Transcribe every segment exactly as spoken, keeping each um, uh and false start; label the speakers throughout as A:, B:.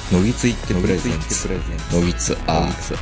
A: のぎついってプレゼンツのぎつアー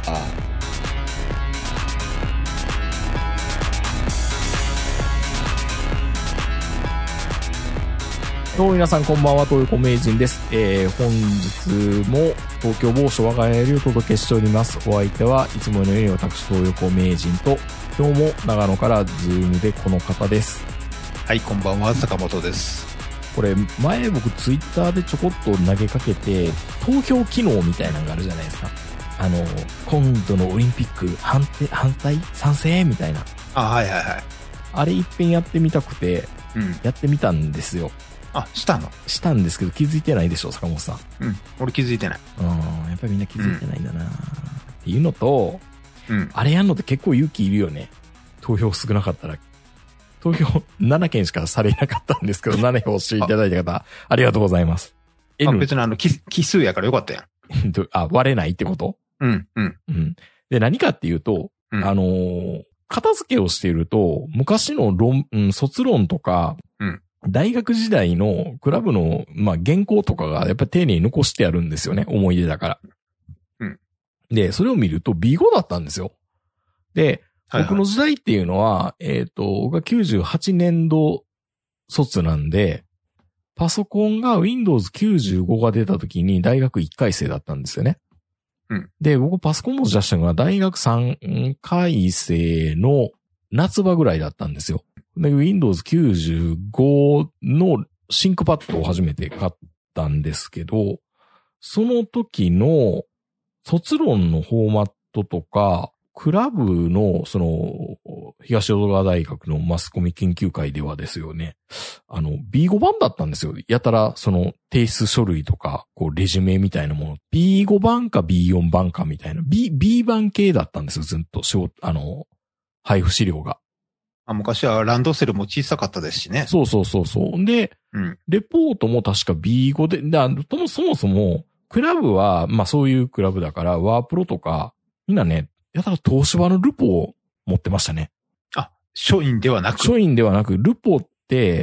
B: どうも皆さんこんばんは、東横名人です。えー、本日も東京某所我が家よりお届けしております。お相手はいつものように私東横名人と、今日も長野からズームでこの方です。
C: はい、こんばんは、坂本です。
B: これ前僕ツイッターでちょこっと投げかけて投票機能みたいなのがあるじゃないですか。あの今度のオリンピック反対反対賛成みたいな。
C: あ、はいはいはい。
B: あれ一遍やってみたくて、うん、やってみたんですよ。
C: あ、したの？
B: したんですけど気づいてないでしょ、坂本さん。
C: うん、俺気づいてない。
B: うん、やっぱりみんな気づいてないんだな、うん、っていうのと、
C: うん、
B: あれやんのって結構勇気いるよね。投票少なかったら。投票ななけんしかされなかったんですけど、なな票していただいた方、あ, ありがとうございます。
C: あ、別にあの、奇, 奇数やからよかったやん。
B: あ、割れないってこと？
C: うん、うん。
B: うん。で、何かっていうと、うん、あのー、片付けをしていると、昔の論、うん、卒論とか、
C: うん、
B: 大学時代のクラブの、まあ、原稿とかがやっぱり丁寧に残してあるんですよね。思い出だから。
C: うん。
B: で、それを見ると ビーファイブ だったんですよ。で、僕の時代っていうのは、えっと、僕がきゅうじゅうはちねんど卒なんで、パソコンが ウィンドウズきゅうじゅうご が出た時に大学いっかい生だったんですよね。
C: うん。
B: で、僕パソコン持ち出したのが大学さんかい生の夏場ぐらいだったんですよ。で、ウィンドウズきゅうじゅうご のシンクパッドを初めて買ったんですけど、その時の卒論のフォーマットとか、クラブの、その、東淀川大学のマスコミ研究会ではですよね、あの、ビーファイブ 版だったんですよ。やたら、その、提出書類とか、こう、レジュメみたいなもの。ビーファイブ 版か ビーフォー 版かみたいな。B、B 版系だったんですよ、ずっと、仕事、あの、配布資料が。
C: あ、昔はランドセルも小さかったですしね。
B: そうそうそうそう。で、
C: うん、
B: レポートも確か ビーファイブ で、だともそもそも、クラブは、まあそういうクラブだから、ワープロとか、みんなね、やたら東芝のルポを持ってましたね。
C: あ、書院ではなく
B: 書院ではなく、ルポって、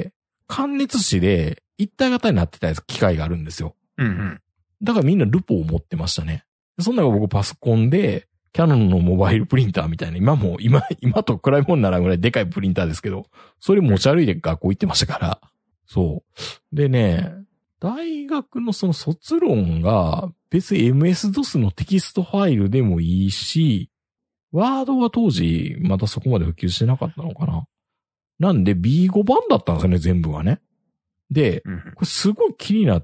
B: 感熱紙で一体型になってたやつ、機械があるんですよ。
C: うんうん。
B: だからみんなルポを持ってましたね。そんなの僕パソコンで、キャノンのモバイルプリンターみたいな、今も、今、今と比べ物にならんぐらいでかいプリンターですけど、それ持ち歩いて学校行ってましたから。そう。でね、大学のその卒論が、別に エムエスドス のテキストファイルでもいいし、ワードは当時、まだそこまで普及してなかったのかな。なんで ビーファイブ 版だったんですよね、全部がね。で、これすごい気になって、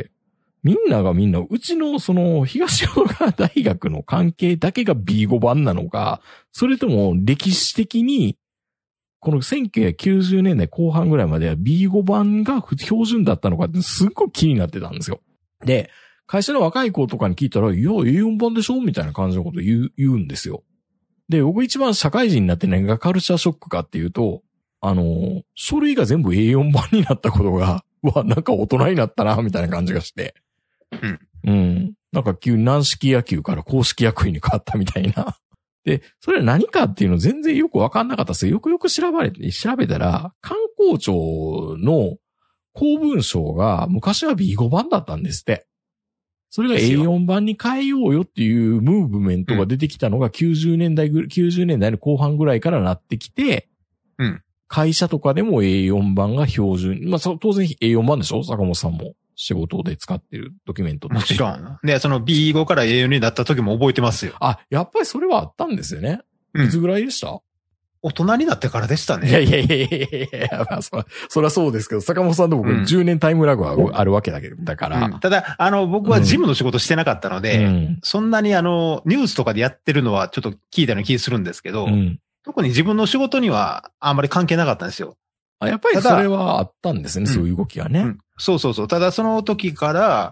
B: みんながみんな、うちのその東淀川大学の関係だけが ビーファイブ 版なのか、それとも歴史的に、このせんきゅうひゃくきゅうじゅうねんだいこう半ぐらいまでは ビーファイブ 版が標準だったのかってすっごい気になってたんですよ。で、会社の若い子とかに聞いたら、いや、エーよん 版でしょみたいな感じのこと言う、言うんですよ。で、僕一番社会人になって何がカルチャーショックかっていうと、あの、書類が全部 エーよん 版になったことが、うわ、なんか大人になったな、みたいな感じがして。
C: うん。
B: うん。なんか急に軟式野球から公式野球に変わったみたいな。で、それは何かっていうの全然よくわかんなかったですよ。よくよく調べて、調べたら、観光庁の公文書が昔は ビーファイブ 版だったんですって。それが エーよん 版に変えようよっていうムーブメントが出てきたのがきゅうじゅうねんだいぐ、きゅうじゅうねんだいの後半ぐらいからなってきて、
C: うん。
B: 会社とかでも エーよん 版が標準。まあ、当然 エーよん 版でしょ？坂本さんも仕事で使ってるドキュメントって。
C: もちろん。で、その ビーファイブ から エーよん になった時も覚えてますよ。
B: あ、やっぱりそれはあったんですよね。うん。いつぐらいでした？
C: 大人になってからでしたね。
B: いやいやいやいやいや、まあ、そら、そらそうですけど、坂本さんと僕じゅうねんタイムラグはあるわけだけど、だから、
C: うん。ただ、あの、僕は事務の仕事してなかったので、うん、そんなにあの、ニュースとかでやってるのはちょっと聞いたような気するんですけど、うん、特に自分の仕事にはあんまり関係なかったんですよ。
B: あ、やっぱりそれはあったんですね、そういう動きがね、うんうん。
C: そうそうそう。ただその時から、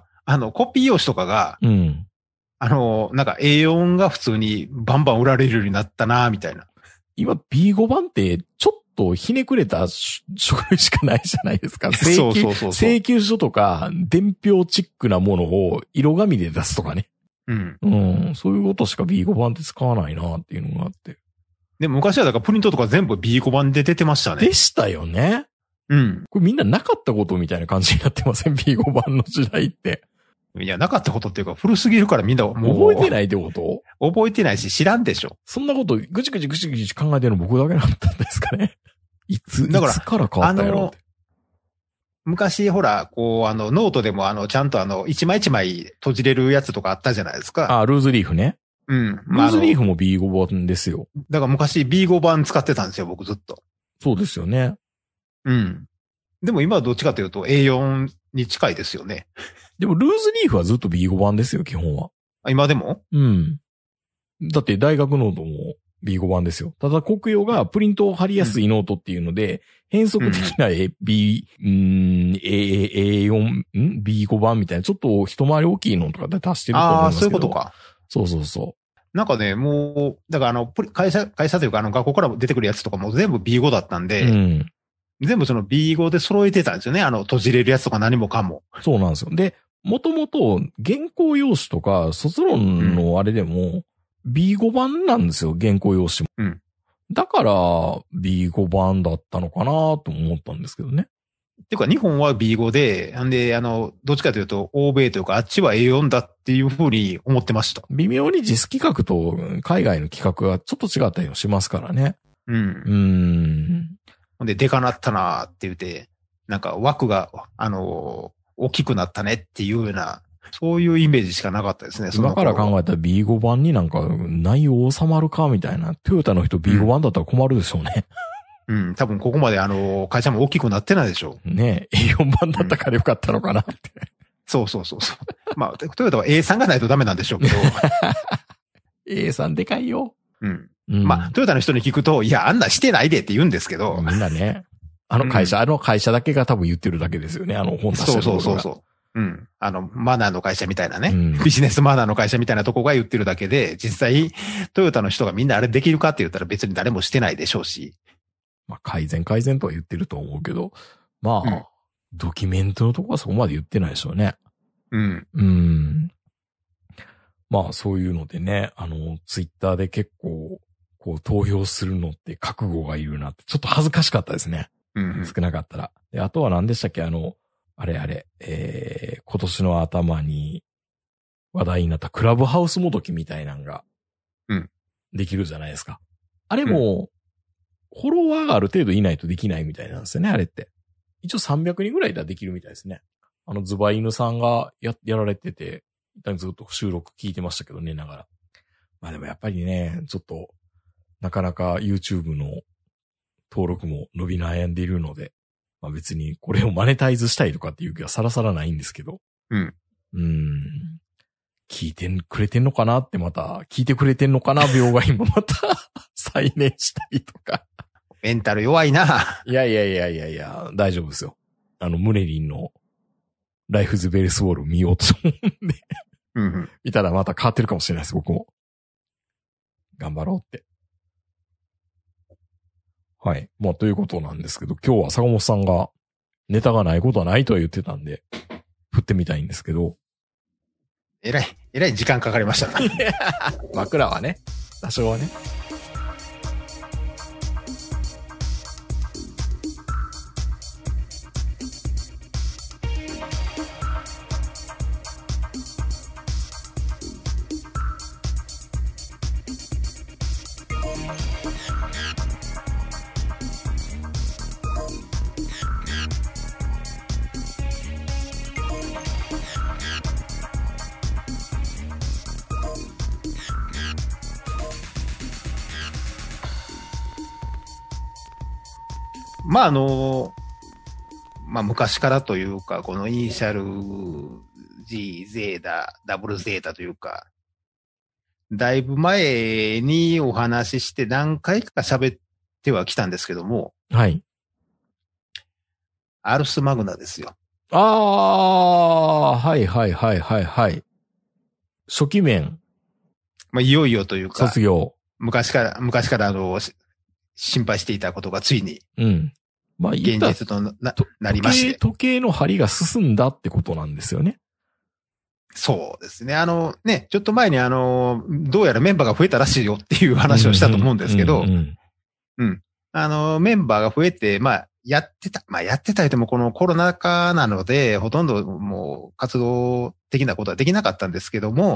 C: あの、コピー用紙とかが、うん、あの、なんか エーよん が普通にバンバン売られるようになったな、みたいな。
B: 今 ビーファイブ 版ってちょっとひねくれた書類しかないじゃないですか。請求、
C: そうそうそうそう
B: 請求書とか伝票チックなものを色紙で出すとかね。
C: うん。
B: うん。そういうことしか ビーファイブ 版って使わないなっていうのがあって。
C: で、昔はだからプリントとか全部 ビーファイブ 版で出てましたね。
B: でしたよね。
C: うん。
B: これみんななかったことみたいな感じになってません？ ビーファイブ 版の時代って。
C: いや、なかったことっていうか、古すぎるからみんなも
B: う。覚えてないってこと？
C: 覚えてないし知らんでしょ。
B: そんなことぐちぐちぐちぐち考えてるの僕だけだったんですかね。いつ、
C: だから
B: いつから変わったんやろって。
C: 昔、ほら、こう、あの、ノートでも、あの、ちゃんとあの、一枚一枚閉じれるやつとかあったじゃないですか。
B: あ、ルーズリーフね。
C: うん。
B: ルーズリーフも ビーご 版ですよ。
C: だから昔 ビーご 版使ってたんですよ、僕ずっと。
B: そうですよね。
C: うん。でも今はどっちかというと エーよん に近いですよね。
B: でもルーズリーフはずっと ビーご 版ですよ、基本は。
C: あ、今でも？
B: うん。だって大学ノートも ビーご 版ですよ。ただ国用がプリントを貼りやすいノートっていうので、うん、変則的な B、うん、エーよん、ん ビーご 版みたいな、ちょっと一回り大きいのとかで足してると思いますけど。ああ、そういうことか。そうそうそう。
C: なんかね、もう、だからあの、会社、会社というかあの学校から出てくるやつとかも全部 ビーご だったんで、うん、全部その ビーご で揃えてたんですよね。あの、閉じれるやつとか何もかも。
B: そうなんですよ。で、もともと原稿用紙とか卒論のあれでも ビーご 版なんですよ、原稿用紙も。うん。だから ビーご 版だったのかなと思ったんですけどね。
C: っていうか日本は ビーご で、んで、あの、どっちかというと欧米というかあっちは エーよん だっていうふうに思ってました。
B: 微妙に実企画と海外の企画がちょっと違ったりもしますからね。
C: うん。
B: うーん。
C: ほんで、でかなったなって言って、なんか枠が、あの、大きくなったねっていうような、そういうイメージしかなかったですね。
B: 今から考えたら ビーご 版になんか内容収まるかみたいな。トヨタの人 ビーご 版だったら困るでしょうね。
C: うん、うん、多分ここまであの、会社も大きくなってないでしょ
B: う。ねえ、エーよん 版だったからよかったのかなって。うん、
C: そうそうそうそう。まあ、トヨタは エーさん がないとダメなんでしょうけど。
B: エーさん でかいよ。
C: うん。うん、まあ、トヨタの人に聞くと、いや、あんなしてないでって言うんですけど。
B: みんなね。あの会社、うん、あの会社だけが多分言ってるだけですよね。あの本出してる
C: そうそうそうそう。うん。あの、マナーの会社みたいなね、うん。ビジネスマナーの会社みたいなとこが言ってるだけで、実際、トヨタの人がみんなあれできるかって言ったら別に誰もしてないでしょうし。
B: まあ、改善改善とは言ってると思うけど、まあ、うん、ドキュメントのとこはそこまで言ってないでしょうね。
C: うん。
B: うん。まあ、そういうのでね、あの、ツイッターで結構、こう、投票するのって覚悟がいるなって、ちょっと恥ずかしかったですね。
C: うんうん、
B: 少なかったら。で、あとは何でしたっけあの、あれあれ、えー、今年の頭に話題になったクラブハウスもどきみたいなのが、
C: うん。
B: できるじゃないですか。あれも、うん、フォロワーがある程度いないとできないみたいなんですよね、あれって。一応さんびゃくにんぐらいではできるみたいですね。あの、ズバイヌさんがや、やられてて、ずっと収録聞いてましたけどね、ながら。まあでもやっぱりね、ちょっと、なかなか YouTube の登録も伸び悩んでいるので、まあ別にこれをマネタイズしたいとかっていう気はさらさらないんですけど。
C: うん。
B: うーん。聞いてくれてんのかなってまた、聞いてくれてんのかな病害もまた再燃したりとか。
C: メンタル弱いな。
B: いやいやいやいやいや、大丈夫ですよ。あの、ムネリンのライフズベースボール見ようと思うんで。
C: うんうん。
B: 見たらまた変わってるかもしれないです、僕も。頑張ろうって。はい。まあ、ということなんですけど、今日は坂本さんがネタがないことはないとは言ってたんで、振ってみたいんですけど。
C: えらい、えらい時間かかりましたね。
B: 枕はね、多少はね。
C: まあ、あの、まあ、昔からというか、このイニシャル G、ゼータ、ダブルゼータというか、だいぶ前にお話しして何回か喋ってはきたんですけども。
B: はい。
C: アルスマグナですよ。
B: ああ、はいはいはいはいはい。初期面。
C: まあ、いよいよというか。
B: 卒業。
C: 昔から、昔からあの、心配していたことがついに。
B: うん。まあ、
C: 現実と な, なりまして。
B: 時計の針が進んだってことなんですよね。
C: そうですね。あのね、ちょっと前にあの、どうやらメンバーが増えたらしいよっていう話をしたと思うんですけど、うん。あの、メンバーが増えて、まあ、 やってた、まあやってた言ってもこのコロナ禍なので、ほとんどもう活動的なことはできなかったんですけども、
B: うん、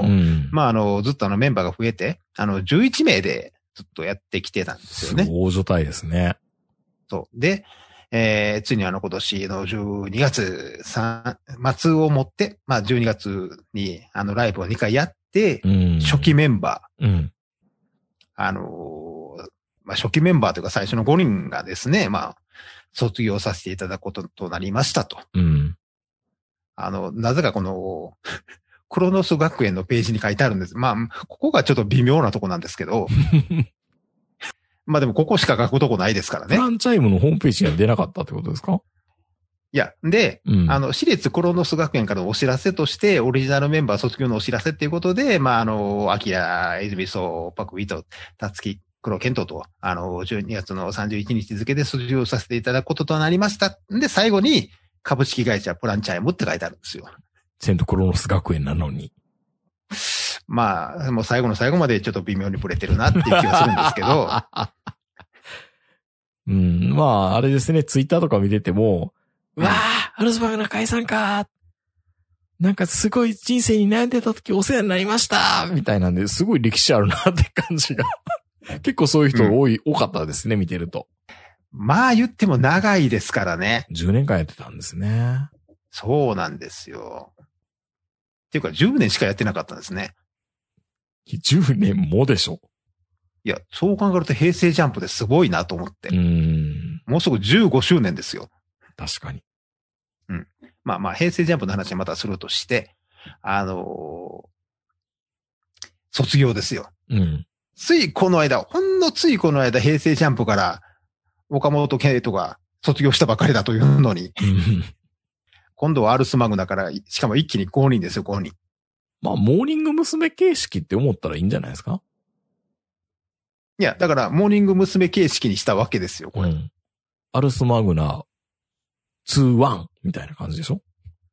C: まああの、ずっとあのメンバーが増えて、あの、じゅういちめいでずっとやってきてたんですよね。
B: すごい大所帯ですね。
C: そう。で、えー、ついにあの今年のじゅうにがつ末をもって、まあじゅうにがつにあのライブをにかいやって、
B: うん、
C: 初期メンバ
B: ー、うん、
C: あのー、まあ初期メンバーというか最初のごにんがですね、まあ、卒業させていただくこととなりましたと。
B: うん。
C: あの、なぜかこの、クロノス学園のページに書いてあるんです。まあ、ここがちょっと微妙なとこなんですけど、まあでもここしか書くとこないですからね。
B: フランチャイムのホームページには出なかったってことですか？
C: いや、で、
B: うん、
C: あの、私立クロノス学園からのお知らせとして、オリジナルメンバー卒業のお知らせっていうことで、まあ、あの、アキラ、エズミソウ、パクウィト、タツキ、黒ケントと、あの、じゅうにがつのさんじゅういちにち付で卒業させていただくこととなりました。で、最後に、株式会社プランチャイムって書いてあるんですよ。
B: セントクロノス学園なのに。
C: まあ、もう最後の最後までちょっと微妙にブレてるなっていう気がするんですけど。
B: うん、まあ、あれですね、ツイッターとか見てても、うわあ、アルスバグナ解散か。なんかすごい人生に悩んでた時お世話になりましたみたいなんで、すごい歴史あるなって感じが。結構そういう人多い、うん、多かったですね、見てると。
C: まあ言っても長いですからね。
B: じゅうねんかんやってたんですね。
C: そうなんですよ。っていうかじゅうねんしかやってなかったんですね。
B: じゅうねんもでしょ。
C: いや、そう考えると平成ジャンプですごいなと思って。
B: うーん。
C: もうすぐじゅうごしゅうねんですよ。
B: 確かに。
C: うん。まあまあ、平成ジャンプの話はまたするとして、あのー、卒業ですよ。
B: うん。
C: ついこの間、ほんのついこの間、平成ジャンプから岡本圭人が卒業したばかりだというのに、今度はアルスマグナから、しかも一気にごにんですよ、ごにん。
B: まあ、モーニング娘。形式って思ったらいいんじゃないですか？
C: いや、だから、モーニング娘。形式にしたわけですよ、これ。うん、
B: アルスマグナに、ワンみたいな感じでしょ？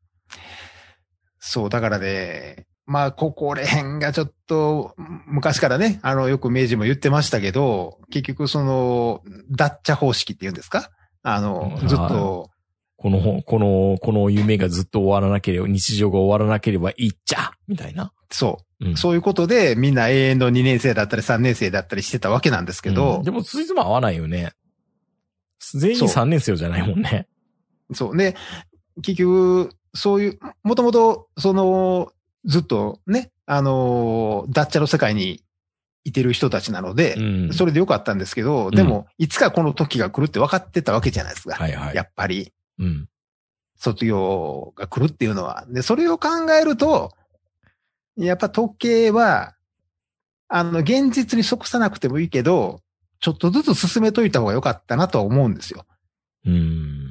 C: そう、だからね、まあ、ここら辺がちょっと、昔からね、あの、よく明治も言ってましたけど、結局その、ダッチャ方式って言うんですか？あの、ずっと、
B: この、この、この夢がずっと終わらなければ、日常が終わらなければいいっちゃみたいな。
C: そう、うん。そういうことで、みんな永遠のにねん生だったりさんねん生だったりしてたわけなんですけど。
B: うん、でも、ついつも合わないよね。全員さんねん生じゃないもんね。
C: そう。そうで、結局、そういう、もともと、その、ずっとね、あの、ダッチャの世界にいてる人たちなので、うん、それでよかったんですけど、でも、いつかこの時が来るって分かってたわけじゃないですか。
B: はいはい。
C: やっぱり。
B: うん。
C: 卒業が来るっていうのは。で、それを考えると、やっぱ時計は、あの、現実に即さなくてもいいけど、ちょっとずつ進めといた方がよかったなとは思うんですよ。
B: うーん。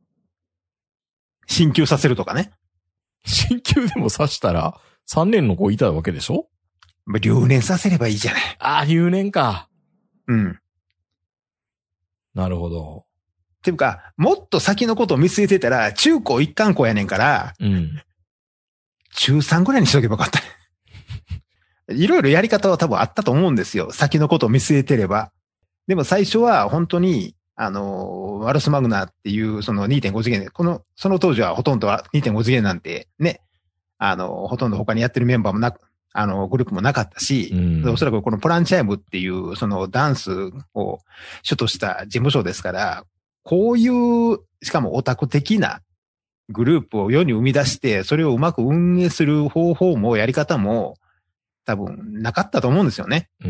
C: 進級させるとかね。
B: 進級でもさしたら、さんねんの子いたわけでしょ？
C: 留年させればいいじゃない。
B: ああ、留年か。
C: うん。
B: なるほど。
C: っていうか、もっと先のことを見据えてたら、中高一貫校やねんから、
B: うん。
C: 中さんぐらいにしとけばよかった。いろいろやり方は多分あったと思うんですよ。先のことを見据えてれば。でも最初は本当に、あの、アルスマグナっていうその にてんご 次元で、この、その当時はほとんど にてんご 次元なんてね、あの、ほとんど他にやってるメンバーもなく、あの、グループもなかったし、うん、おそらくこのプランチャイムっていうそのダンスを主とした事務所ですから、こういう、しかもオタク的なグループを世に生み出して、それをうまく運営する方法もやり方も多分なかったと思うんですよね。
B: うん、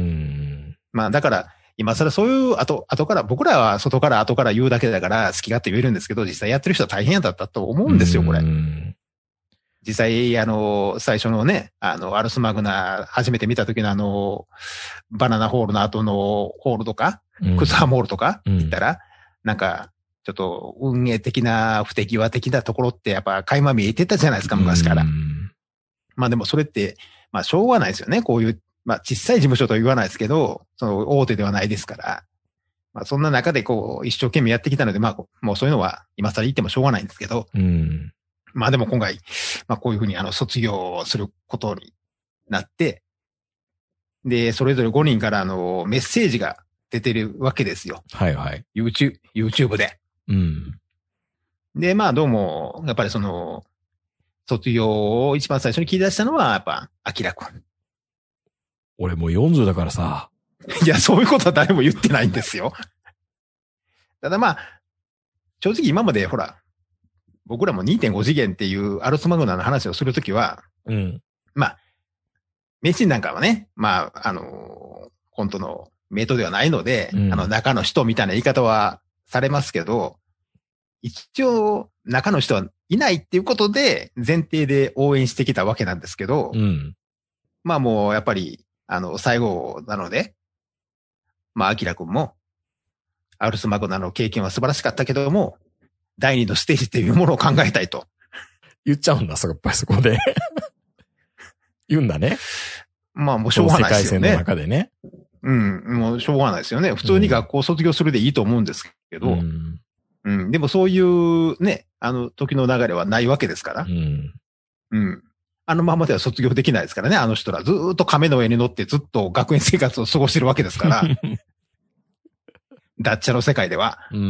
C: まあだから、今更そういう後、後から、僕らは外から後から言うだけだから好き勝手言えるんですけど、実際やってる人は大変だったと思うんですよ、これ。実際、あの、最初のね、あの、アルスマグナ初めて見た時のあの、バナナホールの後のホールとか、うん、クスハモールとか行ったら、うん、なんか、ちょっと運営的な不手際的なところってやっぱ垣間見えてたじゃないですか、昔から。うん、まあでもそれって、まあしょうがないですよね、こういう。まあ、小さい事務所とは言わないですけど、その大手ではないですから。まあ、そんな中でこう、一生懸命やってきたので、まあ、もうそういうのは今更言ってもしょうがないんですけど。
B: うん、
C: まあでも今回、まあこういうふうにあの、卒業することになって、で、それぞれごにんからあの、メッセージが出てるわけですよ。
B: はいはい。
C: YouTube、YouTube で。
B: うん。
C: で、まあどうも、やっぱりその、卒業を一番最初に聞き出したのは、やっぱ、アキラくん。
B: 俺もうよんじゅうだからさ。
C: いや、そういうことは誰も言ってないんですよ。ただまあ、正直今までほら、僕らも にてんご 次元っていうアルスマグナの話をするときは、
B: うん。
C: まあ、名シーンなんかはね、まあ、あの、本当の名刀ではないので、うん、あの、中の人みたいな言い方はされますけど、一応、中の人はいないっていうことで、前提で応援してきたわけなんですけど、
B: うん、
C: まあもう、やっぱり、あの、最後なので、まあ、アキラくんも、アルスマグナの経験は素晴らしかったけども、第二のステージっていうものを考えたいと。
B: 言っちゃうんだ、そこ、やっぱりそこで。言うんだね。
C: まあもうしょうがないですよね。
B: 世界線の中でね。
C: うん、もうしょうがないですよね。普通に学校卒業するでいいと思うんですけど、うん、うん、でもそういうね、あの時の流れはないわけですから。うん。うん。あのままでは卒業できないですからね、あの人ら。ずーっと亀の上に乗ってずっと学園生活を過ごしてるわけですから。ダッチャの世界では。うん。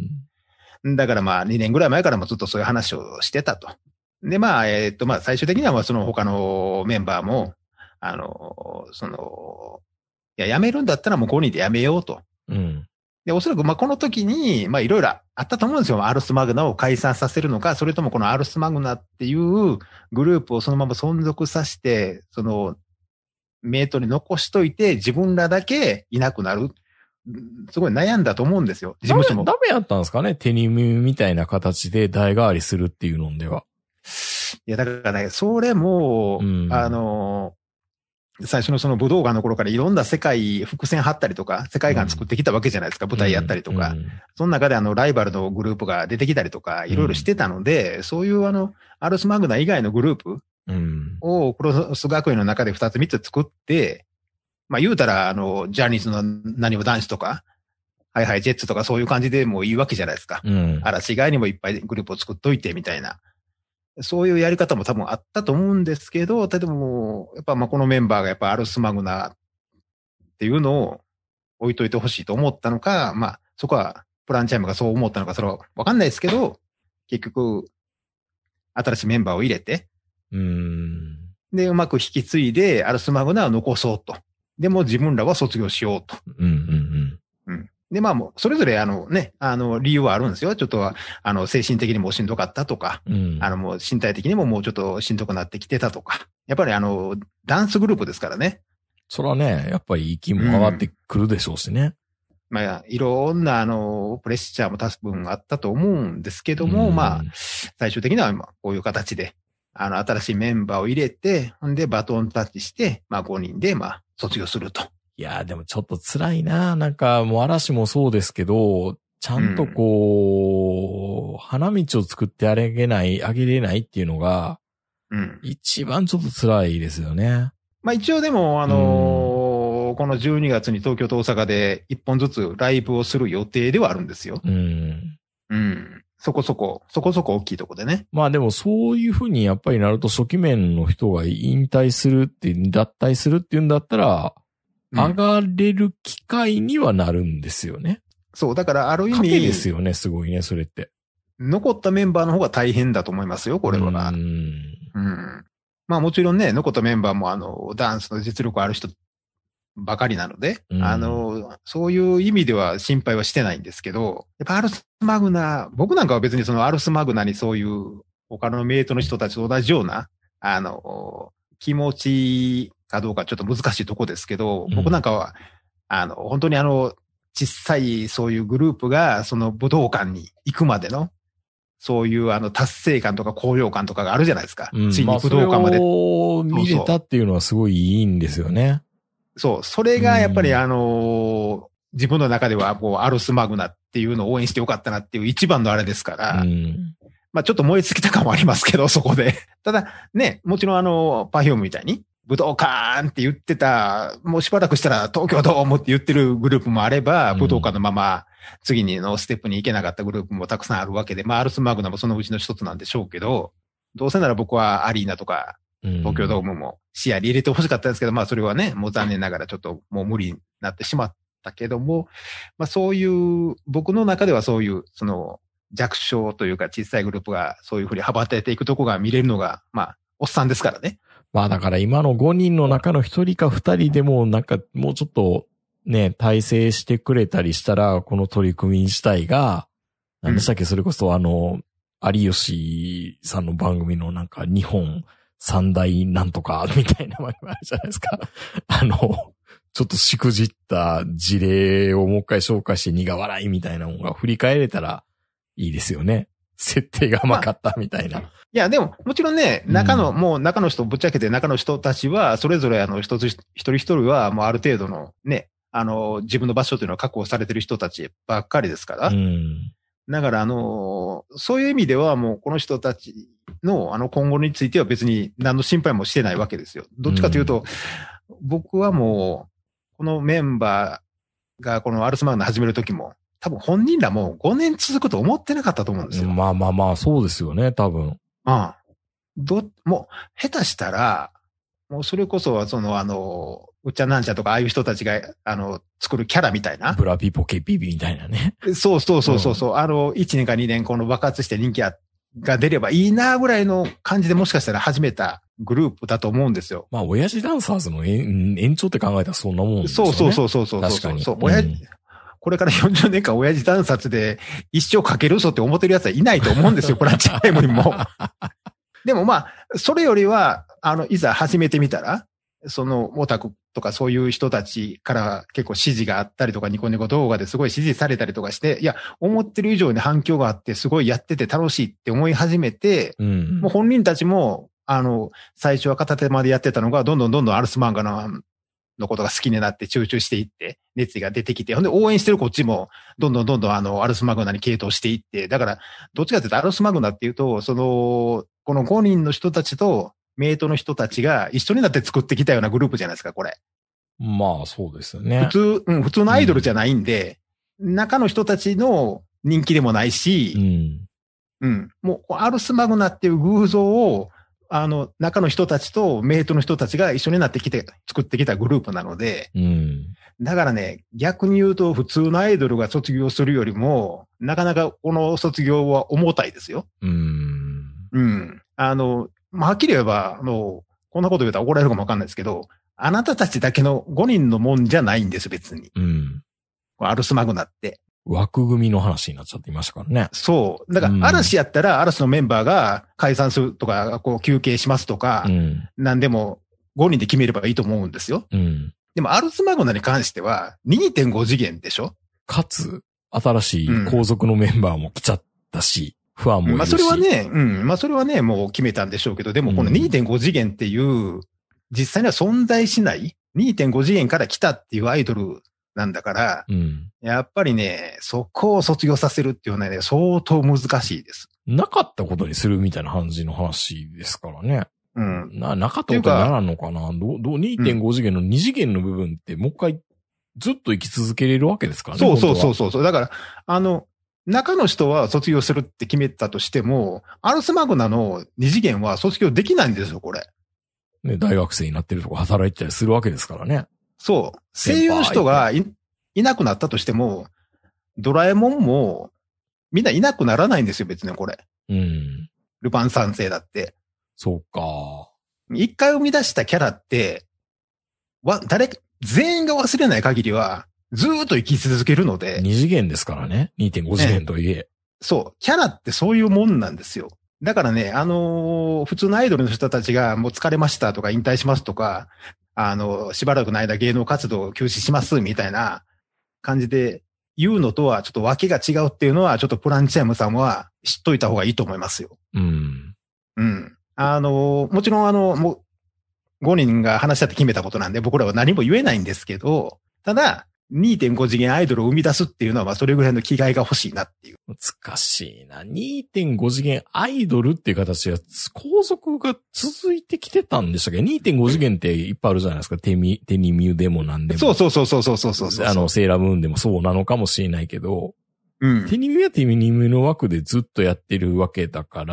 C: だからまあにねんぐらい前からもずっとそういう話をしてたと。でまあ、えっとまあ最終的にはその他のメンバーも、あの、その、いや、辞めるんだったらもうごにんで辞めようと。うん。で、おそらくまあこの時に、まあいろいろあったと思うんですよ。アルスマグナを解散させるのか、それともこのアルスマグナっていうグループをそのまま存続させて、その、メイトに残しといて自分らだけいなくなる。すごい悩んだと思うんですよ。事務所も。
B: ダメやったんですかね、テニムみたいな形で代替わりするっていうのでは。
C: いや、だからね、それも、うん、あの、最初のその武道館の頃からいろんな世界、伏線張ったりとか、世界観作ってきたわけじゃないですか、うん、舞台やったりとか。うん、その中であの、ライバルのグループが出てきたりとか、いろいろしてたので、うん、そういうあの、アルスマグナ以外のグループを、クロス学園の中でふたつみっつ作って、まあ言うたら、あの、ジャニーズの何も男子とか、はいはいジェッツとかそういう感じでもいいわけじゃないですか。うん、嵐以外にもいっぱいグループを作っといてみたいな。そういうやり方も多分あったと思うんですけど、例えばもう、やっぱまあこのメンバーがやっぱアルスマグナっていうのを置いといてほしいと思ったのか、まあそこはプランチャイムがそう思ったのかそれはわかんないですけど、結局、新しいメンバーを入れて、うーんで、うまく引き継いでアルスマグナを残そうと。でも自分らは卒業しようと。うんうんうん。うん。で、まあもう、それぞれあのね、あの、理由はあるんですよ。ちょっと、あの、精神的にもしんどかったとか、うん、あの、もう身体的にももうちょっとしんどくなってきてたとか。やっぱりあの、ダンスグループですからね。
B: そらね、やっぱり息も上がってくるでしょうしね。うん、
C: まあ、いろんなあの、プレッシャーも多分あったと思うんですけども、うん、まあ、最終的にはこういう形で、あの、新しいメンバーを入れて、ほんでバトンタッチして、まあごにんで、まあ、卒業すると。
B: いやーでもちょっと辛いな。なんかもう嵐もそうですけど、ちゃんとこう、うん、花道を作ってあげない、あげれないっていうのが、うん、一番ちょっと辛いですよね。
C: まあ一応でも、あのーうん、このじゅうにがつに東京と大阪で一本ずつライブをする予定ではあるんですよ。うん。うん。そこそこ、そこそこ大きいとこでね。
B: まあでもそういうふうにやっぱりなると初期面の人が引退するって、脱退するっていうんだったら、上がれる機会にはなるんですよね。
C: そう、だからある意味。
B: 賭けですよね、すごいね、それって。
C: 残ったメンバーの方が大変だと思いますよ、これは。うん。うん。まあもちろんね、残ったメンバーもあの、ダンスの実力ある人ばかりなので、うん、あの、そういう意味では心配はしてないんですけど、やっぱアルスマグナ、僕なんかは別にそのアルスマグナにそういう他のメイトの人たちと同じような、あの、気持ちかどうかちょっと難しいとこですけど、うん、僕なんかは、あの、本当にあの、小さいそういうグループがその武道館に行くまでの、そういうあの達成感とか高揚感とかがあるじゃないですか。うん、ついに武道館まで。
B: まあ、それを見れたっていうのはすごいいいんですよね。
C: そう、それがやっぱりあの、自分の中ではこう、アルスマグナっていうのを応援してよかったなっていう一番のあれですから、うん、まあちょっと燃え尽きた感もありますけど、そこで。ただ、ね、もちろんあの、パフュームみたいに、武道館って言ってた、もうしばらくしたら東京ドームって言ってるグループもあれば、うん、武道館のまま次にのステップに行けなかったグループもたくさんあるわけで、まあアルスマグナもそのうちの一つなんでしょうけど、どうせなら僕はアリーナとか、東京ドームも視野に入れてほしかったんですけど、まあそれはね、もう残念ながらちょっともう無理になってしまったけども、まあそういう、僕の中ではそういう、その、 弱小というか小さいグループがそういうふうに羽ばたいていくとこが見れるのが、まあ、おっさんですからね。
B: まあだから今のごにんの中のひとりかふたりでもなんかもうちょっとね、体制してくれたりしたら、この取り組み自体が、何でしたっけ、それこそあの、有吉さんの番組のなんか日本三大なんとかみたいな番組あるじゃないですか。あの、ちょっとしくじった事例をもう一回紹介して苦笑いみたいなのが振り返れたらいいですよね。設定が甘かったみたいな。
C: いや、でも、もちろんね、中の、うん、もう中の人、ぶっちゃけて中の人たちは、それぞれあの、一つ、一人一人は、もうある程度のね、あの、自分の場所というのは確保されてる人たちばっかりですから。うん、だから、あの、そういう意味では、もうこの人たちの、あの、今後については別に何の心配もしてないわけですよ。どっちかというと、うん、僕はもう、このメンバーがこのアルスマグナ始めるときも、多分本人らもごねん続くと思ってなかったと思うんですよ。
B: まあまあまあ、そうですよね、多分。
C: うん。ど、もう、下手したら、もうそれこそは、その、あの、うっちゃなんちゃとか、ああいう人たちが、あの、作るキャラみたいな。
B: ブラピポケピビみたいなね。
C: そうそうそうそうそう、うん、あの、いちねんかにねんこの爆発して人気が出ればいいなぐらいの感じでもしかしたら始めたグループだと思うんですよ。
B: まあ、親父ダンサーズの延延長って考えたらそんなもんですよね。
C: そうそうそうそうそう。
B: 確かに。
C: そう、親父、うん、これからよんじゅうねんかん親父ダンサーズで一生かけるぞって思ってる奴はいないと思うんですよ、プランチタイムにも。でもまあ、それよりは、あの、いざ始めてみたら、その、オタクとかそういう人たちから結構支持があったりとか、ニコニコ動画ですごい支持されたりとかして、いや、思ってる以上に反響があって、すごいやってて楽しいって思い始めて、うん、もう本人たちも、あの、最初は片手間でやってたのが、どんどんどんどんアルス漫画の、のことが好きになって集中していって、熱意が出てきて、ほんで応援してるこっちも、どんどんどんどんあの、アルスマグナに傾倒していって、だから、どっちかというとアルスマグナっていうと、その、このごにんの人たちと、メイトの人たちが一緒になって作ってきたようなグループじゃないですか、これ。
B: まあ、そうですよね。
C: 普通、うん、普通のアイドルじゃないんで、うん、中の人たちの人気でもないし、うん。うん。もう、アルスマグナっていう偶像を、あの、中の人たちとメイトの人たちが一緒になってきて、作ってきたグループなので、うん。だからね、逆に言うと普通のアイドルが卒業するよりも、なかなかこの卒業は重たいですよ。うん。うん。あの、まあ、はっきり言えば、あの、こんなこと言うと怒られるかもわかんないですけど、あなたたちだけのごにんのもんじゃないんです、別に。うん。アルスマグナって。
B: 枠組みの話になっちゃっていましたからね。
C: そう。だから、嵐やったら、嵐のメンバーが解散するとか、こう、休憩しますとか、うん、何でもごにんで決めればいいと思うんですよ。うん。でも、アルスマグナに関しては、にてんご 次元でしょ？
B: かつ、新しい皇族のメンバーも来ちゃったし、うん、ファンもいるし。
C: まあ、それはね、うん。まあ、それはね、もう決めたんでしょうけど、でも、この にてんご 次元っていう、実際には存在しない、にてんご 次元から来たっていうアイドルなんだから、うん、やっぱりね、そこを卒業させるっていうのはね、相当難しいです。
B: なかったことにするみたいな感じの話ですからね。うん。な、なかったことにならんのかな。どう、どう、にてんご 次元のに次元の部分ってもう一回ずっと生き続けれるわけですからね。
C: そうそうそうそう。だから、あの、中の人は卒業するって決めたとしても、アルスマグナのに次元は卒業できないんですよ、これ。
B: ね、大学生になってるとか働いてたりするわけですからね。
C: そう。声優の人が い, いなくなったとしても、ドラえもんもみんないなくならないんですよ、別にこれ。うん。ルパン三世だって。
B: そうか。
C: 一回生み出したキャラって、わ、誰、全員が忘れない限りは、ずーっと生き続けるので。
B: に次元ですからね。にてんご 次元といえ、ね。
C: そう。キャラってそういうもんなんですよ。だからね、あのー、普通のアイドルの人たちがもう疲れましたとか引退しますとか、あの、しばらくの間芸能活動を休止しますみたいな感じで言うのとはちょっと訳が違うっていうのはちょっとプランチャイムさんは知っといた方がいいと思いますよ。うん。うん。あの、もちろんあの、もうごにんが話し合って決めたことなんで僕らは何も言えないんですけど、ただ にてんご 次元アイドルを生み出すっていうのはまあそれぐらいの気概が欲しいなっていう。
B: 難しいな。にてんご 次元アイドルっていう形は皇族が続いてきてたんでしたっけ？ にてんご 次元っていっぱいあるじゃないですか。テミ、テニミュでもなんでも。
C: そうそうそうそうそうそうそう。
B: あの、セーラームーンでもそうなのかもしれないけど、うん。テニミュはテニミュの枠でずっとやってるわけだから、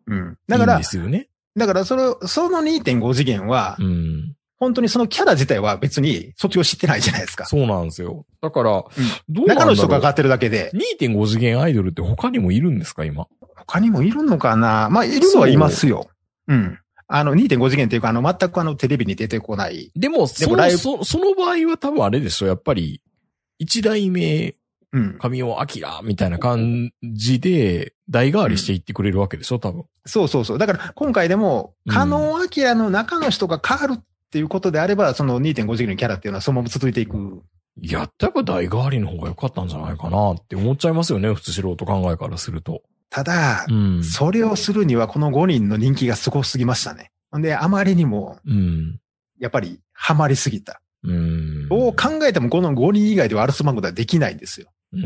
C: うん。だから、
B: いいんですよね。
C: だからそれ、その にてんご 次元は、うん。 本当にそのキャラ自体は別に卒業してないじゃないですか。
B: そうなんですよ。だから、うん、
C: どうなんだろう。中の人が上がってるだけで。
B: にてんご 次元アイドルって他にもいるんですか、今。
C: 他にもいるのかな。まあ、いるのはいますよ。う。うん。あの、にてんご 次元っていうか、あの、全くあの、テレビに出てこない。
B: でも、でもそ, そ, その場合は多分あれでしょ、やっぱり、一代目、うん。神尾明みたいな感じで、代替わりしていってくれるわけでしょ、多分。
C: そうそうそう。だから、今回でも、加納明の中の人が変わるっていうことであれば、その にてんご 次元のキャラっていうのはそのまま続いていく。
B: いや、やっぱ代替わりの方が良かったんじゃないかなって思っちゃいますよね、普通素人考えからすると。
C: ただ、うん、それをするにはこのごにんの人気がすごすぎましたね。で、あまりにも、うん、やっぱりハマりすぎた。うん、どう考えてもこのごにん以外ではアルスマンゴではできないんですよ。うん、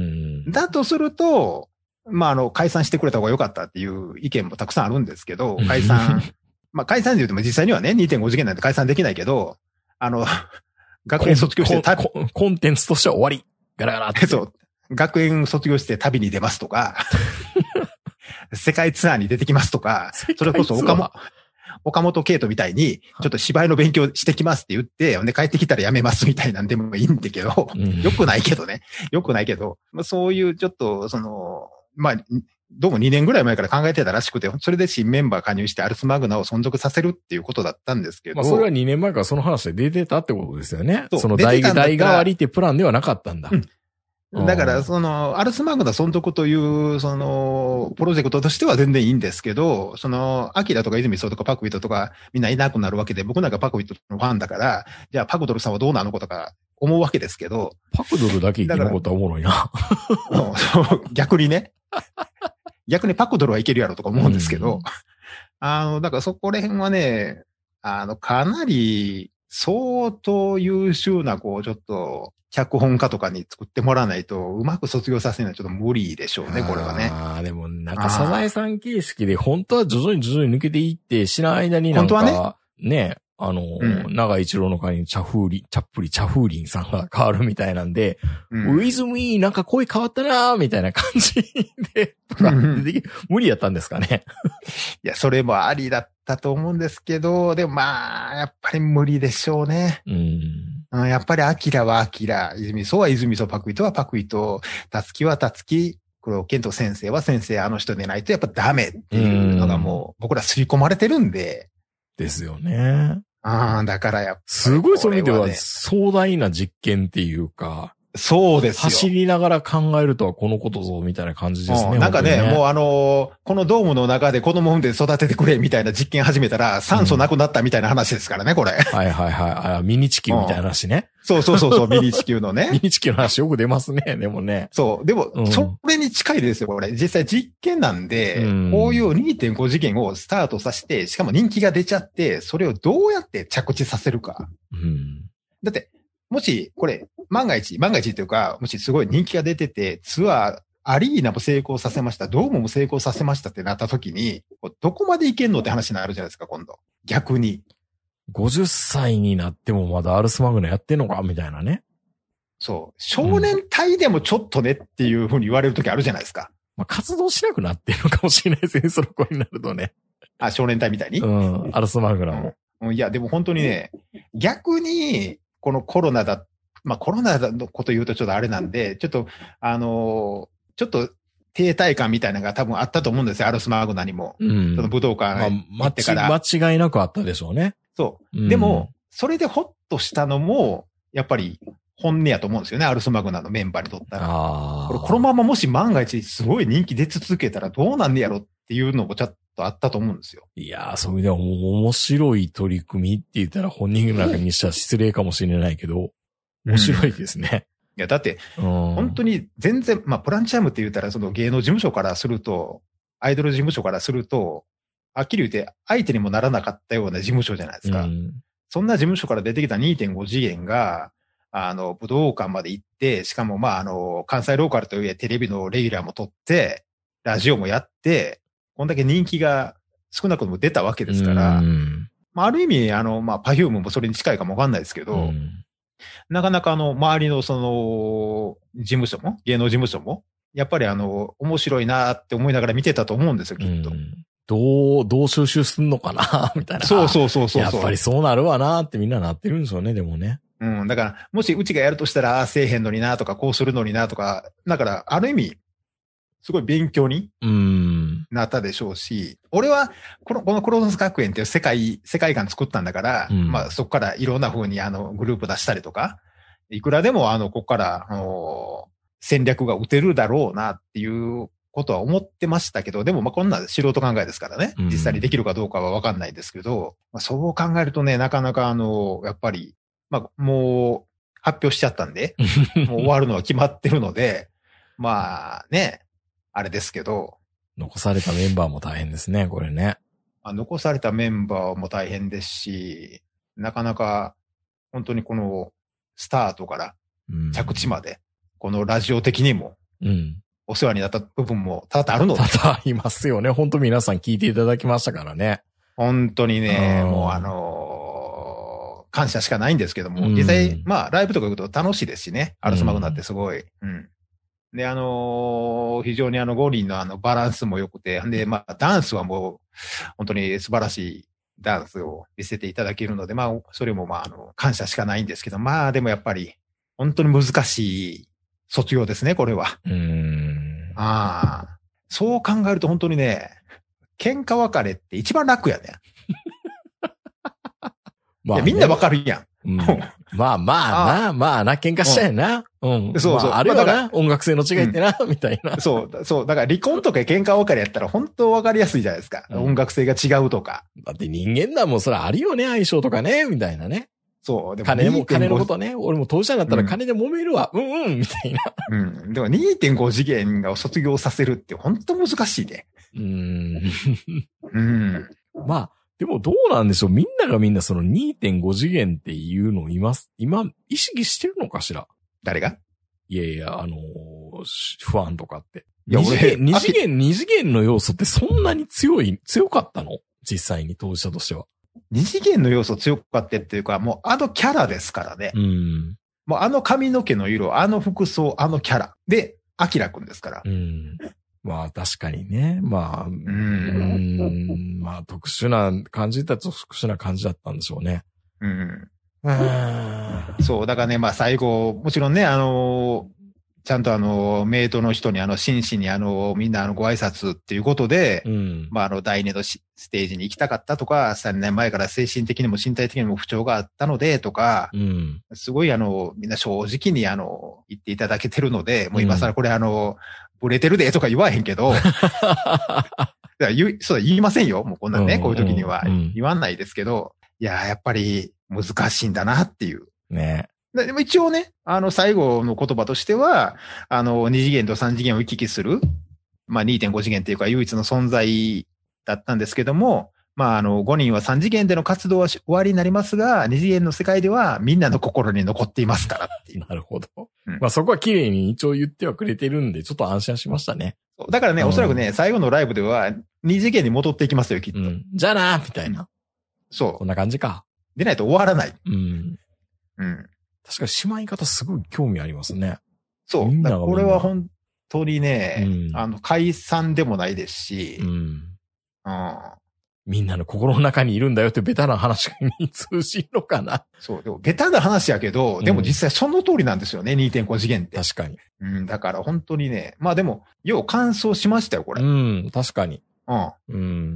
C: だとすると、まあ、あの、解散してくれた方が良かったっていう意見もたくさんあるんですけど、解散、まあ、解散で言うとも実際にはね、にてんご 次元なんて解散できないけど、あの、学園卒業して旅
B: コン、コンテンツとしては終わり。ガラガラって。
C: そう。学園卒業して旅に出ますとか、世界ツアーに出てきますとか、それこそ岡本、岡本圭人みたいに、ちょっと芝居の勉強してきますって言って、で帰ってきたらやめますみたいなんでもいいんだけど、うん、よくないけどね。よくないけど、そういうちょっと、その、まあ、どうもにねんぐらい前から考えてたらしくて、それで新メンバー加入してアルスマグナを存続させるっていうことだったんですけど。
B: まあそれはにねんまえからその話で出てたってことですよね。その代替わりってプランではなかったんだ。
C: うん、だから、その、アルスマグナ存続という、その、プロジェクトとしては全然いいんですけど、その、アキラとか泉荘とかパクビトとかみんないなくなるわけで、僕なんかパクビトのファンだから、じゃあパクドルさんはどうなのかとか思うわけですけど。
B: パクドルだけ生き残ったらおもろいな。
C: そう逆にね。逆にパクドルはいけるやろとか思うんですけど、うん、あの、だからそこら辺はね、あの、かなり相当優秀な、こう、ちょっと、脚本家とかに作ってもらわないと、うまく卒業させるのはちょっと無理でしょうね、これはね。
B: ああ、でもなんかサザエさん形式で、本当は徐々に徐々に抜けていって、知らん間になんか、本当はね、ね、あの、うん、長井一郎の会にチャフーリン、チャップリ、チャフーリンさんが変わるみたいなんで、うん、ウィズミーなんか声変わったなーみたいな感じで、うん、無理やったんですかね。
C: いや、それもありだったと思うんですけど、でもまあ、やっぱり無理でしょうね。うん、やっぱりアキラはアキラ、泉荘は泉荘、パクイトはパクイト、タツキはタツキ、これケント先生は先生、あの人でないとやっぱダメっていうのがもう僕ら刷り込まれてるんで。
B: ですよね。
C: ああ、だからやっぱり、ね。
B: すごいそういう意味では壮大な実験っていうか。
C: そうですよ。
B: 走りながら考えるとはこのことぞ、みたいな感じですね。
C: うん、なんかね、ねもうあのー、このドームの中で子供産んで育ててくれ、みたいな実験始めたら、酸素なくなったみたいな話ですからね、これ。
B: はいはいはいあ。ミニ地球みたいな話ね。
C: うん、そうそうそうそう、ミニ地球のね。
B: ミニ地球の話よく出ますね、でもね。
C: そう。でも、うん、それに近いですよ、これ。実際実験なんで、うん、こういう にてんご 次元をスタートさせて、しかも人気が出ちゃって、それをどうやって着地させるか。うん、だって、もし、これ、万が一、万が一というか、もしすごい人気が出てて、ツアー、アリーナも成功させました、ドームも成功させましたってなった時に、どこまでいけんのって話になるじゃないですか、今度。逆に。
B: ごじゅっさいになってもまだアルスマグナやってんのかみたいなね。
C: そう。少年隊でもちょっとねっていうふうに言われる時あるじゃないですか。
B: まあ、活動しなくなってるのかもしれないですね、その子になるとね。
C: あ、少年隊みたいに
B: うん、アルスマグナも。
C: うん、いや、でも本当にね、逆に、このコロナだ、まあコロナのこと言うとちょっとあれなんで、ちょっと、あのー、ちょっと停滞感みたいなのが多分あったと思うんですよ、アルスマグナにも。うん。その武道館行ってから。
B: まあ、間違いなくあったでしょうね。
C: そう。うん、でも、それでホッとしたのも、やっぱり本音やと思うんですよね、アルスマグナのメンバーにとったら。ああ。これ、このままもし万が一すごい人気出続けたらどうなんねやろっていうのもちょっとあったと思うんですよ。
B: いやー、そういう意味では面白い取り組みって言ったら本人の中にしたら失礼かもしれないけど、面白いですね。
C: いや、だって、本当に全然、まあ、プランチャームって言ったら、その芸能事務所からすると、アイドル事務所からすると、はっきり言って相手にもならなかったような事務所じゃないですか。うん、そんな事務所から出てきた にてんご 次元が、あの、武道館まで行って、しかもまあ、あの、関西ローカルといえテレビのレギュラーも取って、ラジオもやって、こんだけ人気が少なくとも出たわけですから、うん、まあ、ある意味、あの、まあ、パフュームもそれに近いかもわかんないですけど、うん、なかなかあの、周りのその、事務所も、芸能事務所も、やっぱりあの、面白いなって思いながら見てたと思うんですよ、きっと。うん、
B: どう、どう収集すんのかなみたいな。
C: そうそうそうそう。
B: やっぱりそうなるわなってみんななってるんでしょうね、でもね。
C: うん。だから、もしうちがやるとしたら、ああ、せえへんのになとか、こうするのになとか、だから、ある意味、すごい勉強になったでしょうし、俺は、この、このクロノス学園っていう世界、世界観作ったんだから、うん、まあそこからいろんな風にあの、グループ出したりとか、いくらでもあの、ここから、あの、戦略が打てるだろうなっていうことは思ってましたけど、でもまあこんな素人考えですからね、実際にできるかどうかはわかんないですけど、まあ、そう考えるとね、なかなかあの、やっぱり、まあもう発表しちゃったんで、もう終わるのは決まってるので、まあね、あれですけど。
B: 残されたメンバーも大変ですね、これね。
C: まあ、残されたメンバーも大変ですし、なかなか本当にこのスタートから着地まで、このラジオ的にも、お世話になった部分も多々あるので。
B: 多々ありますよね。本当皆さん聞いていただきましたからね。
C: 本当にね、もうあのー、感謝しかないんですけども、実際、まあライブとか行くと楽しいですしね、アルスマグナってすごい。うんで、あのー、非常にあのごにんのあのバランスも良くて、で、まあダンスはもう本当に素晴らしいダンスを見せていただけるので、まあそれもまああの感謝しかないんですけど、まあでもやっぱり本当に難しい卒業ですね、これは。
B: うーん。
C: ああ。そう考えると本当にね、喧嘩別れって一番楽やね。まあ、ね、いやみんなわかるやん。
B: うん、まあまあな、あまあな、喧嘩したやな。うん。そうそう。まあ、あるよな、まあ、音楽性の違いってな、うん、みたいな。
C: そう、そう。だから離婚とか喧嘩別れやったら本当わかりやすいじゃないですか。うん、音楽性が違うとか。
B: だって人間だもん、それあるよね、相性とかね、みたいなね。
C: そう。でも
B: 金も、金のことね。俺も当事者になったら金で揉めるわ。うん、うん、うん、みたいな。
C: うん。でも にてんご 次元を卒業させるって本当難しいね。
B: うーん。
C: うん。
B: まあ、でもどうなんでしょう。みんながみんなその にてんご 次元っていうのを今、今意識してるのかしら。
C: 誰が？
B: いやいや、あのー、ファンとかって。いや、俺、二次元、二次元の要素ってそんなに強い、強かったの？実際に当事者としては。
C: 二次元の要素強かったっていうか、もうあのキャラですからね。
B: うん。
C: もうあの髪の毛の色、あの服装、あのキャラで、アキラくんですから。
B: うん。まあ確かにね。まあ、うーん。まあ特殊な感じだと特殊な感じだったんでしょうね。
C: うん。そう、だからね、まあ最後、もちろんね、あの、ちゃんとあの、メイトの人にあの、真摯にあの、みんなあの、ご挨拶っていうことで、
B: うん、
C: まああの、だいにのステージに行きたかったとか、さんねんまえから精神的にも身体的にも不調があったので、とか、
B: うん、す
C: ごいあの、みんな正直にあの、言っていただけてるので、もう今更これあの、ブレてるでとか言わへんけど、言そう言いませんよ。もうこんなんね、うん、こういう時には言わないですけど、いや、やっぱり難しいんだなっていう。
B: ね。
C: でも一応ね、あの、最後の言葉としては、あの、に次元とさん次元を行き来する、まあ にてんご 次元っていうか唯一の存在だったんですけども、まああの、ごにんはさん次元での活動は終わりになりますが、に次元の世界ではみんなの心に残っていますからっていう。
B: なるほど。うん、まあそこは綺麗に一応言ってはくれてるんで、ちょっと安心しましたね。
C: だからね、うん、おそらくね、最後のライブではに次元に戻っていきますよ、きっと。うん、
B: じゃあなーみたいな。
C: そう。
B: こんな感じか。
C: でないと終わらない。
B: うん。
C: うん。
B: 確かにしまい方すごい興味ありますね。
C: そう。みんながみんなこれは本当にね、うん、あの、解散でもないですし、
B: うん。
C: うん。
B: みんなの心の中にいるんだよってベタな話に通じるのかな。
C: そう。でもベタな話やけど、でも実際その通りなんですよね、うん、にてんご 次元って。
B: 確かに。
C: うん。だから本当にね、まあでも、よう完走しましたよ、これ。
B: うん、確かに。
C: うん。
B: うん。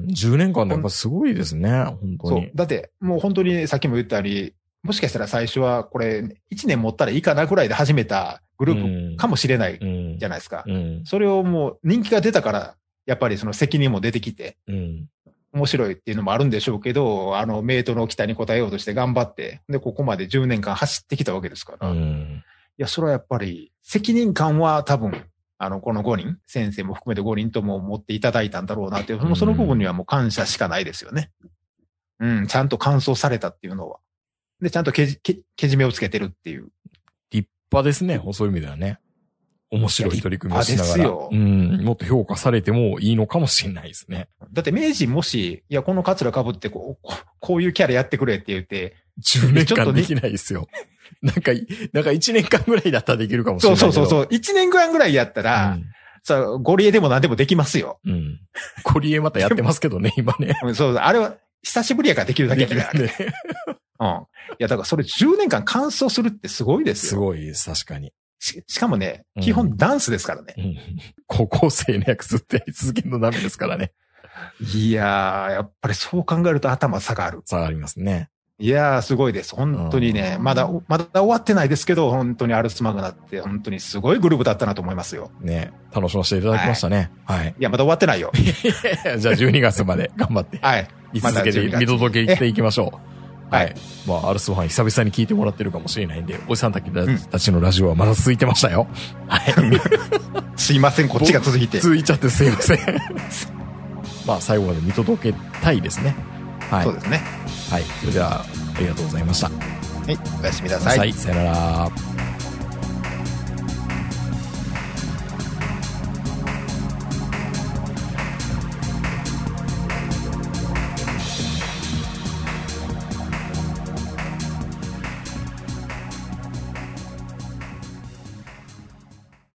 B: じゅうねんかんでやっぱすごいですね、本当に。
C: そう。だって、もう本当に、ね、さっきも言ったように、もしかしたら最初はこれ、いちねん持ったらいいかなぐらいで始めたグループかもしれないじゃないですか。
B: うんうん、
C: それをもう人気が出たから、やっぱりその責任も出てきて、
B: うん、
C: 面白いっていうのもあるんでしょうけど、あの、メイトの期待に応えようとして頑張って、で、ここまでじゅうねんかん走ってきたわけですから。
B: うん、
C: いや、それはやっぱり、責任感は多分、あの、このごにん、先生も含めてごにんとも持っていただいたんだろうなっていう、うん、その部分にはもう感謝しかないですよね。うん、ちゃんと完走されたっていうのは。で、ちゃんとけじ、け、けじめをつけてるっていう。
B: 立派ですね、そういう意味ではね。面白い取り組みをしながら。
C: ですよ。
B: うん、もっと評価されてもいいのかもしれないですね。
C: だって名人もし、いや、このカツラ被ってこう、こういうキャラやってくれって言って、
B: じゅうねんかんできないですよ。なんか、なんかいちねんかんぐらいだったらできるかもしれないけど。
C: そうそうそうそう。いちねんかんぐらいやったら、うん、 さあ、ゴリエでも何でもできますよ。
B: うん。ゴリエまたやってますけどね、今ね。
C: そう、あれは久しぶりやからできるだけやから。
B: ね。
C: うん。いや、だからそれじゅうねんかん完走するってすごいですよ。
B: すごいです、確かに。
C: し, しかもね、基本ダンスですからね。
B: うん、高校生の役ずっとやり続けるのダメですからね。
C: いやー、やっぱりそう考えると頭下がる。
B: 下がりますね。
C: いやー、すごいです。本当にね、まだ、まだ終わってないですけど、本当にアルスマグナって、本当にすごいグループだったなと思いますよ。
B: ね、楽しませていただきましたね。はい。はい、
C: いや、まだ終わってないよ。
B: いやいやじゃあじゅうにがつまで頑張って。はい。見続けて、見届けていきましょう。はい。まあ、アルスファン久々に聞いてもらってるかもしれないんで、おじさんたちのラジオはまだ続いてましたよ。はい。
C: すいません、こっちが続いて。
B: 続いちゃってすいません。まあ、最後まで見届けたいですね。はい。
C: そうですね。
B: はい。それでは、ありがとうございました。は
C: い。おやすみなさい。
B: はい。さよなら。